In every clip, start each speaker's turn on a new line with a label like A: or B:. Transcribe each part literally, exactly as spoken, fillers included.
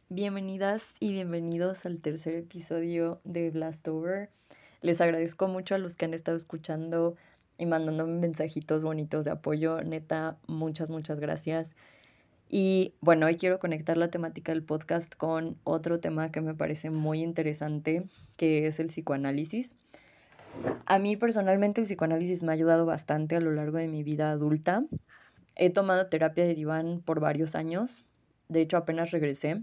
A: Bienvenidas y bienvenidos al tercer episodio de Blastover. Les agradezco mucho a los que han estado escuchando y mandándome mensajitos bonitos de apoyo. Neta, muchas, muchas gracias. Y bueno, hoy quiero conectar la temática del podcast con otro tema que me parece muy interesante, que es el psicoanálisis. A mí personalmente el psicoanálisis me ha ayudado bastante a lo largo de mi vida adulta. He tomado terapia de diván por varios años. De hecho, apenas regresé.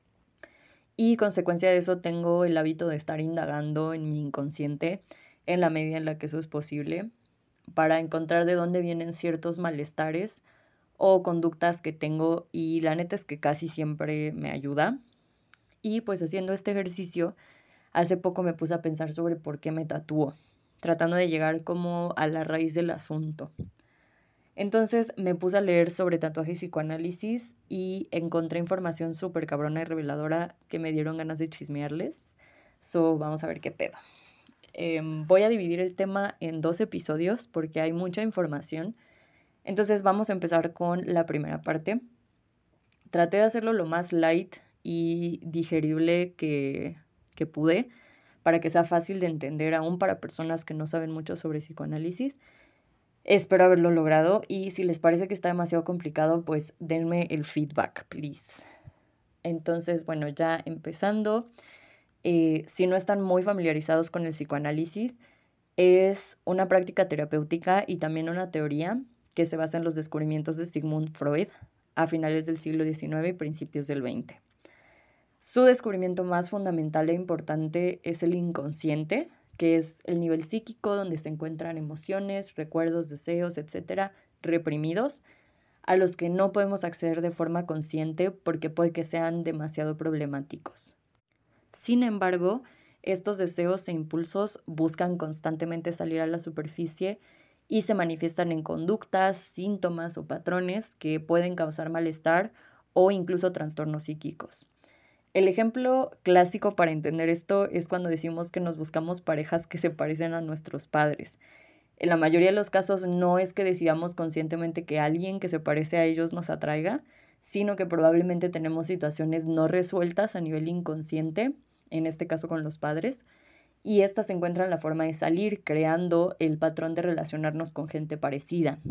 A: Y consecuencia de eso tengo el hábito de estar indagando en mi inconsciente en la medida en la que eso es posible para encontrar de dónde vienen ciertos malestares o conductas que tengo y la neta es que casi siempre me ayuda. Y pues haciendo este ejercicio, hace poco me puse a pensar sobre por qué me tatúo, tratando de llegar como a la raíz del asunto. Entonces me puse a leer sobre tatuaje y psicoanálisis y encontré información súper cabrona y reveladora que me dieron ganas de chismearles. So, vamos a ver qué pedo. Eh, voy a dividir el tema en dos episodios porque hay mucha información. Entonces vamos a empezar con la primera parte. Traté de hacerlo lo más light y digerible que, que pude para que sea fácil de entender aún para personas que no saben mucho sobre psicoanálisis. Espero haberlo logrado y si les parece que está demasiado complicado, pues denme el feedback, please. Entonces, bueno, ya empezando, eh, si no están muy familiarizados con el psicoanálisis, es una práctica terapéutica y también una teoría que se basa en los descubrimientos de Sigmund Freud a finales del siglo diecinueve y principios del veinte. Su descubrimiento más fundamental e importante es el inconsciente, que es el nivel psíquico donde se encuentran emociones, recuerdos, deseos, etcétera, reprimidos, a los que no podemos acceder de forma consciente porque puede que sean demasiado problemáticos. Sin embargo, estos deseos e impulsos buscan constantemente salir a la superficie y se manifiestan en conductas, síntomas o patrones que pueden causar malestar o incluso trastornos psíquicos. El ejemplo clásico para entender esto es cuando decimos que nos buscamos parejas que se parecen a nuestros padres. En la mayoría de los casos no es que decidamos conscientemente que alguien que se parece a ellos nos atraiga, sino que probablemente tenemos situaciones no resueltas a nivel inconsciente, en este caso con los padres, y estas encuentran la forma de salir creando el patrón de relacionarnos con gente parecida.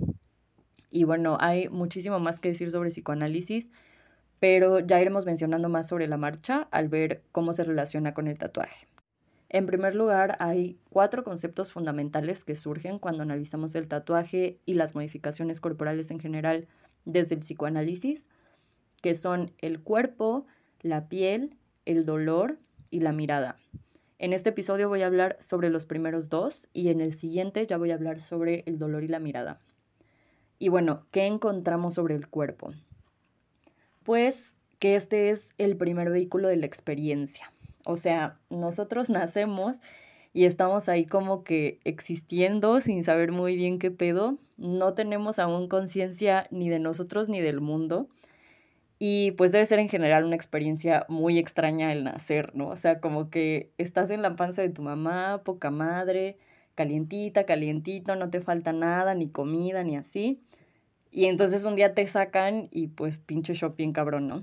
A: Y bueno, hay muchísimo más que decir sobre psicoanálisis, pero ya iremos mencionando más sobre la marcha al ver cómo se relaciona con el tatuaje. En primer lugar, hay cuatro conceptos fundamentales que surgen cuando analizamos el tatuaje y las modificaciones corporales en general desde el psicoanálisis, que son el cuerpo, la piel, el dolor y la mirada. En este episodio voy a hablar sobre los primeros dos y en el siguiente ya voy a hablar sobre el dolor y la mirada. Y bueno, ¿qué encontramos sobre el cuerpo? Pues que este es el primer vehículo de la experiencia. O sea, nosotros nacemos y estamos ahí como que existiendo sin saber muy bien qué pedo. No tenemos aún conciencia ni de nosotros ni del mundo. Y pues debe ser en general una experiencia muy extraña el nacer, ¿no? O sea, como que estás en la panza de tu mamá, poca madre, calientita, calientito, no te falta nada, ni comida, ni así. Y entonces un día te sacan y pues pinche shock bien cabrón, ¿no?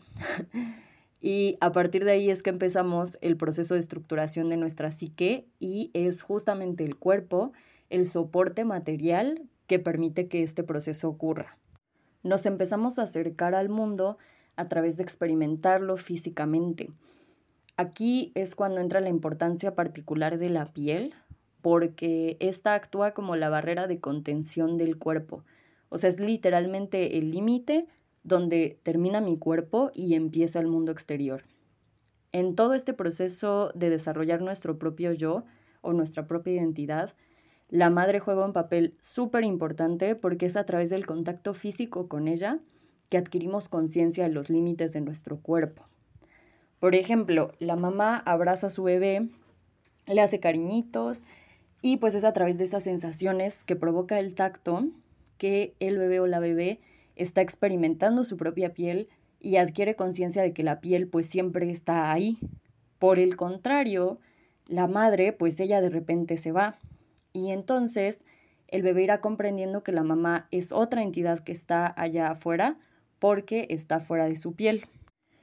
A: Y a partir de ahí es que empezamos el proceso de estructuración de nuestra psique y es justamente el cuerpo el soporte material que permite que este proceso ocurra. Nos empezamos a acercar al mundo a través de experimentarlo físicamente. Aquí es cuando entra la importancia particular de la piel, porque esta actúa como la barrera de contención del cuerpo. O sea, es literalmente el límite donde termina mi cuerpo y empieza el mundo exterior. En todo este proceso de desarrollar nuestro propio yo o nuestra propia identidad, la madre juega un papel súper importante porque es a través del contacto físico con ella que adquirimos conciencia de los límites de nuestro cuerpo. Por ejemplo, la mamá abraza a su bebé, le hace cariñitos y pues es a través de esas sensaciones que provoca el tacto que el bebé o la bebé está experimentando su propia piel y adquiere conciencia de que la piel pues siempre está ahí. Por el contrario, la madre pues ella de repente se va y entonces el bebé irá comprendiendo que la mamá es otra entidad que está allá afuera porque está fuera de su piel.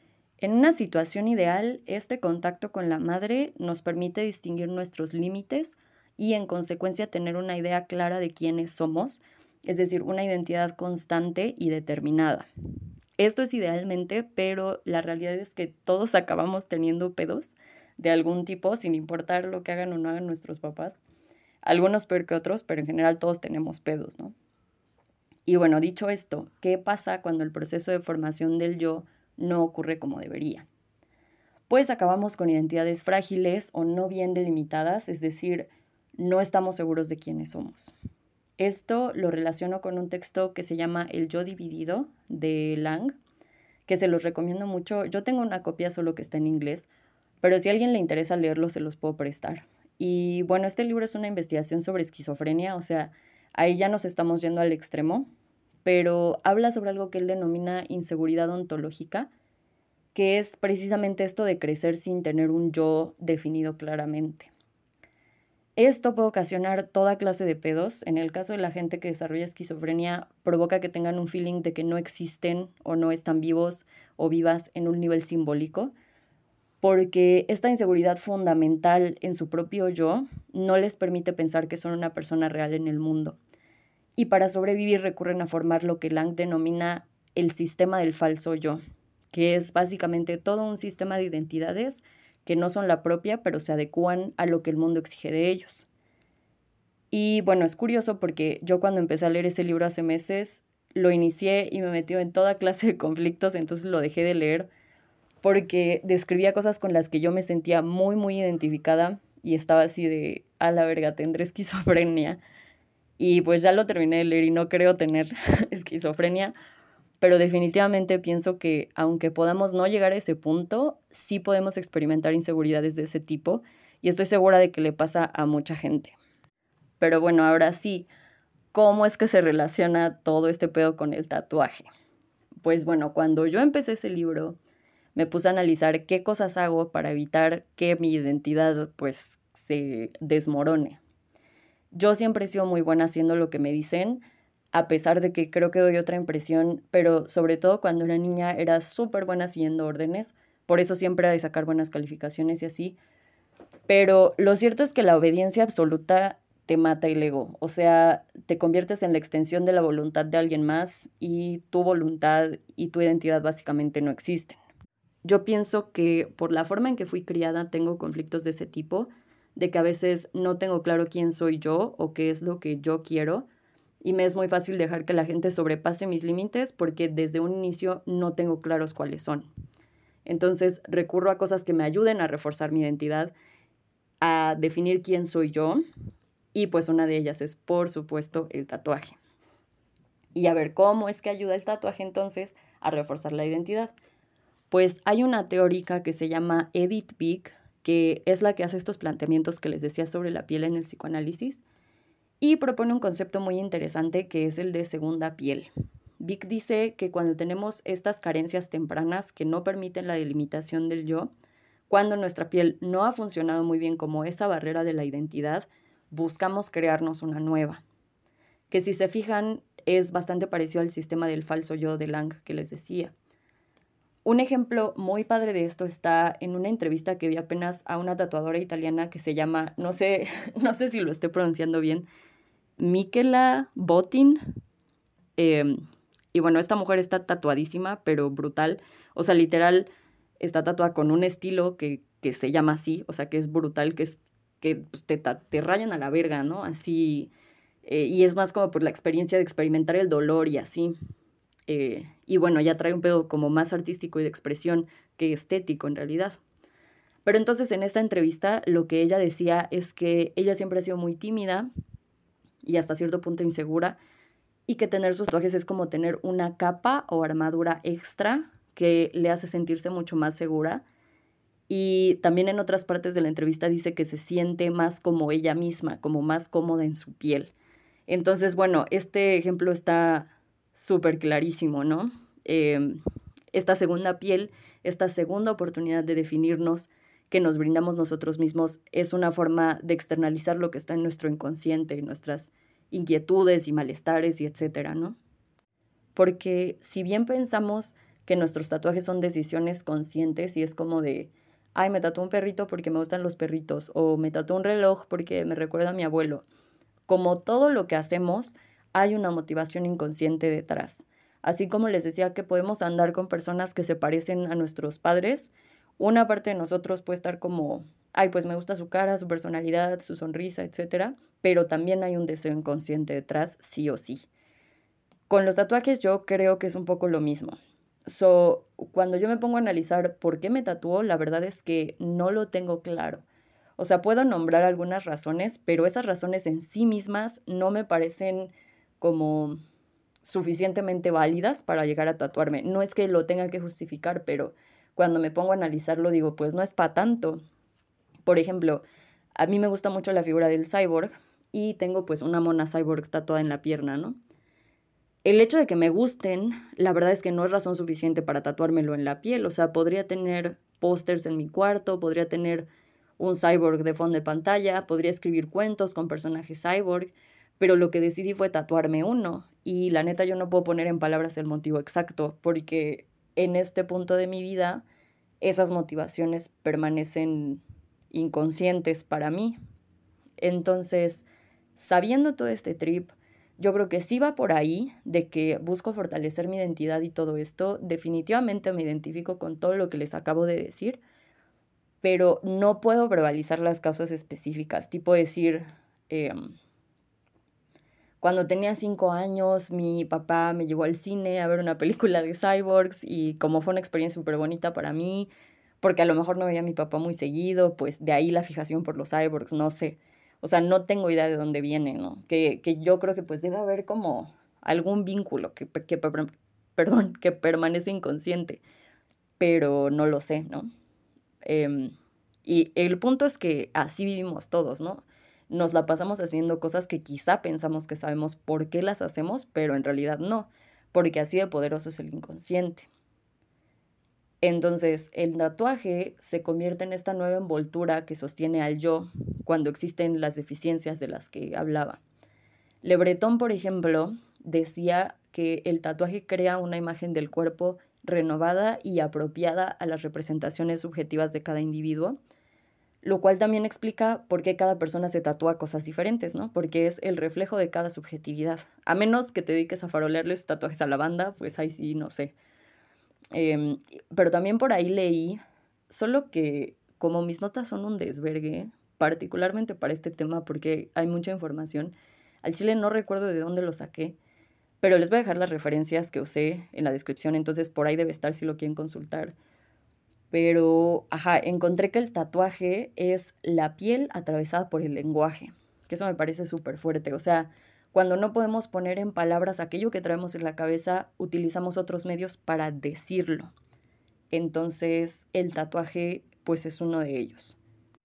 A: En una situación ideal, este contacto con la madre nos permite distinguir nuestros límites y en consecuencia tener una idea clara de quiénes somos, es decir, una identidad constante y determinada. Esto es idealmente, pero la realidad es que todos acabamos teniendo pedos de algún tipo, sin importar lo que hagan o no hagan nuestros papás. Algunos peor que otros, pero en general todos tenemos pedos, ¿no? Y bueno, dicho esto, ¿qué pasa cuando el proceso de formación del yo no ocurre como debería? Pues acabamos con identidades frágiles o no bien delimitadas, es decir, no estamos seguros de quiénes somos. Esto lo relaciono con un texto que se llama El yo dividido de Lang, que se los recomiendo mucho. Yo tengo una copia solo que está en inglés, pero si a alguien le interesa leerlo, se los puedo prestar. Y bueno, este libro es una investigación sobre esquizofrenia, o sea, ahí ya nos estamos yendo al extremo, pero habla sobre algo que él denomina inseguridad ontológica, que es precisamente esto de crecer sin tener un yo definido claramente. Esto puede ocasionar toda clase de pedos. En el caso de la gente que desarrolla esquizofrenia, provoca que tengan un feeling de que no existen o no están vivos o vivas en un nivel simbólico, porque esta inseguridad fundamental en su propio yo no les permite pensar que son una persona real en el mundo. Y para sobrevivir recurren a formar lo que Lang denomina el sistema del falso yo, que es básicamente todo un sistema de identidades que no son la propia, pero se adecúan a lo que el mundo exige de ellos. Y bueno, es curioso porque yo cuando empecé a leer ese libro hace meses, lo inicié y me metió en toda clase de conflictos, entonces lo dejé de leer porque describía cosas con las que yo me sentía muy, muy identificada y estaba así de, a la verga, tendré esquizofrenia. Y pues ya lo terminé de leer y no creo tener esquizofrenia, pero definitivamente pienso que aunque podamos no llegar a ese punto, sí podemos experimentar inseguridades de ese tipo y estoy segura de que le pasa a mucha gente. Pero bueno, ahora sí, ¿cómo es que se relaciona todo este pedo con el tatuaje? Pues bueno, cuando yo empecé ese libro, me puse a analizar qué cosas hago para evitar que mi identidad pues se desmorone. Yo siempre he sido muy buena haciendo lo que me dicen, a pesar de que creo que doy otra impresión, pero sobre todo cuando era niña era súper buena siguiendo órdenes, por eso siempre era de sacar buenas calificaciones y así. Pero lo cierto es que la obediencia absoluta te mata el ego, o sea, te conviertes en la extensión de la voluntad de alguien más y tu voluntad y tu identidad básicamente no existen. Yo pienso que por la forma en que fui criada tengo conflictos de ese tipo, de que a veces no tengo claro quién soy yo o qué es lo que yo quiero, y me es muy fácil dejar que la gente sobrepase mis límites porque desde un inicio no tengo claros cuáles son. Entonces recurro a cosas que me ayuden a reforzar mi identidad, a definir quién soy yo, y pues una de ellas es, por supuesto, el tatuaje. Y a ver, ¿cómo es que ayuda el tatuaje entonces a reforzar la identidad? Pues hay una teórica que se llama Edith Pick, que es la que hace estos planteamientos que les decía sobre la piel en el psicoanálisis, y propone un concepto muy interesante que es el de segunda piel. Vick dice que cuando tenemos estas carencias tempranas que no permiten la delimitación del yo, cuando nuestra piel no ha funcionado muy bien como esa barrera de la identidad, buscamos crearnos una nueva. Que si se fijan, es bastante parecido al sistema del falso yo de Lang que les decía. Un ejemplo muy padre de esto está en una entrevista que vi apenas a una tatuadora italiana que se llama, no sé, no sé si lo estoy pronunciando bien, Michela Botin. Eh, y bueno, esta mujer está tatuadísima, pero brutal. O sea, literal, está tatuada con un estilo que, que se llama así, o sea, que es brutal, que, es, que pues, te, te rayan a la verga, ¿no? Así, eh, y es más como por la experiencia de experimentar el dolor y así. Eh, y bueno, ya trae un pedo como más artístico y de expresión que estético en realidad. Pero entonces en esta entrevista lo que ella decía es que ella siempre ha sido muy tímida y hasta cierto punto insegura y que tener sus tatuajes es como tener una capa o armadura extra que le hace sentirse mucho más segura. Y también en otras partes de la entrevista dice que se siente más como ella misma, como más cómoda en su piel. Entonces, bueno, este ejemplo está súper clarísimo, ¿no? Eh, esta segunda piel, esta segunda oportunidad de definirnos que nos brindamos nosotros mismos es una forma de externalizar lo que está en nuestro inconsciente, nuestras inquietudes y malestares y etcétera, ¿no? Porque si bien pensamos que nuestros tatuajes son decisiones conscientes y es como de, ay, me tatué un perrito porque me gustan los perritos, o me tatué un reloj porque me recuerda a mi abuelo. Como todo lo que hacemos, hay una motivación inconsciente detrás. Así como les decía que podemos andar con personas que se parecen a nuestros padres, una parte de nosotros puede estar como, ay, pues me gusta su cara, su personalidad, su sonrisa, etcétera, pero también hay un deseo inconsciente detrás, sí o sí. Con los tatuajes yo creo que es un poco lo mismo. So, cuando yo me pongo a analizar por qué me tatuó, la verdad es que no lo tengo claro. O sea, puedo nombrar algunas razones, pero esas razones en sí mismas no me parecen como suficientemente válidas para llegar a tatuarme. No es que lo tenga que justificar, pero cuando me pongo a analizarlo digo, pues no es para tanto. Por ejemplo, a mí me gusta mucho la figura del cyborg y tengo pues una mona cyborg tatuada en la pierna, ¿no? El hecho de que me gusten, la verdad es que no es razón suficiente para tatuármelo en la piel. O sea, podría tener pósters en mi cuarto, podría tener un cyborg de fondo de pantalla, podría escribir cuentos con personajes cyborg, pero lo que decidí fue tatuarme uno. Y la neta yo no puedo poner en palabras el motivo exacto, porque en este punto de mi vida esas motivaciones permanecen inconscientes para mí. Entonces, sabiendo todo este trip, yo creo que sí va por ahí, de que busco fortalecer mi identidad y todo esto. Definitivamente me identifico con todo lo que les acabo de decir, pero no puedo verbalizar las causas específicas. Tipo decir, eh, cuando tenía cinco años, mi papá me llevó al cine a ver una película de cyborgs y como fue una experiencia súper bonita para mí, porque a lo mejor no veía a mi papá muy seguido, pues de ahí la fijación por los cyborgs, no sé. O sea, no tengo idea de dónde viene, ¿no? Que, que yo creo que pues debe haber como algún vínculo que, que, perdón, que permanece inconsciente, pero no lo sé, ¿no? Eh, y el punto es que así vivimos todos, ¿no? Nos la pasamos haciendo cosas que quizá pensamos que sabemos por qué las hacemos, pero en realidad no, porque así de poderoso es el inconsciente. Entonces, el tatuaje se convierte en esta nueva envoltura que sostiene al yo cuando existen las deficiencias de las que hablaba. Le Breton, por ejemplo, decía que el tatuaje crea una imagen del cuerpo renovada y apropiada a las representaciones subjetivas de cada individuo, lo cual también explica por qué cada persona se tatúa cosas diferentes, ¿no? Porque es el reflejo de cada subjetividad. A menos que te dediques a farolearles tatuajes a la banda, pues ahí sí, no sé. Eh, pero también por ahí leí, solo que como mis notas son un desvergue, particularmente para este tema porque hay mucha información, al chile no recuerdo de dónde lo saqué, pero les voy a dejar las referencias que usé en la descripción, entonces por ahí debe estar si lo quieren consultar. Pero, ajá, encontré que el tatuaje es la piel atravesada por el lenguaje, que eso me parece súper fuerte. O sea, cuando no podemos poner en palabras aquello que traemos en la cabeza, utilizamos otros medios para decirlo. Entonces, el tatuaje, pues es uno de ellos.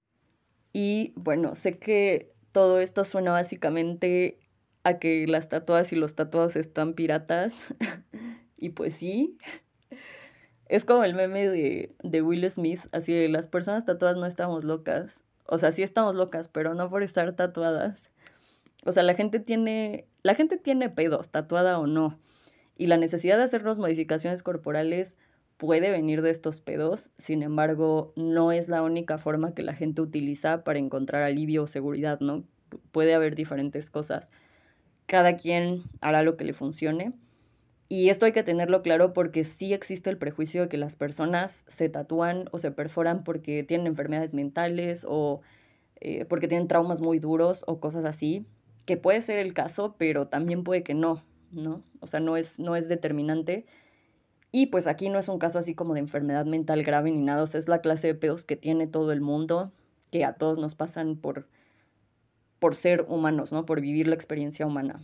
A: Y bueno, sé que todo esto suena básicamente a que las tatuadas y los tatuados están piratas. Y pues sí, es como el meme de, de Will Smith, así de las personas tatuadas no estamos locas. O sea, sí estamos locas, pero no por estar tatuadas. O sea, la gente tiene, la gente tiene pedos, tatuada o no. Y la necesidad de hacernos modificaciones corporales puede venir de estos pedos. Sin embargo, no es la única forma que la gente utiliza para encontrar alivio o seguridad, ¿no? P- puede haber diferentes cosas. Cada quien hará lo que le funcione. Y esto hay que tenerlo claro porque sí existe el prejuicio de que las personas se tatúan o se perforan porque tienen enfermedades mentales o eh, porque tienen traumas muy duros o cosas así, que puede ser el caso, pero también puede que no, ¿no? O sea, no es, no es determinante. Y pues aquí no es un caso así como de enfermedad mental grave ni nada, o sea, es la clase de pedos que tiene todo el mundo, que a todos nos pasan por, por ser humanos, ¿no? Por vivir la experiencia humana.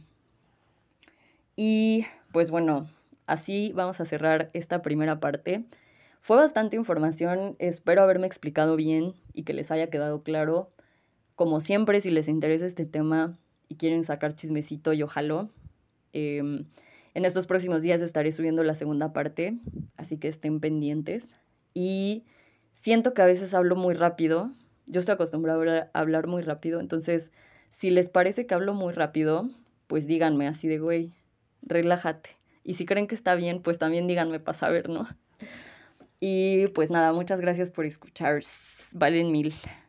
A: Y pues bueno, así vamos a cerrar esta primera parte. Fue bastante información, espero haberme explicado bien y que les haya quedado claro. Como siempre, si les interesa este tema y quieren sacar chismecito, yo jalo. Eh, en estos próximos días estaré subiendo la segunda parte, así que estén pendientes. Y siento que a veces hablo muy rápido. Yo estoy acostumbrada a hablar muy rápido, entonces si les parece que hablo muy rápido, pues díganme así de, güey, relájate. Y si creen que está bien, pues también díganme para saber, ¿no? Y pues nada, muchas gracias por escuchar. Valen mil.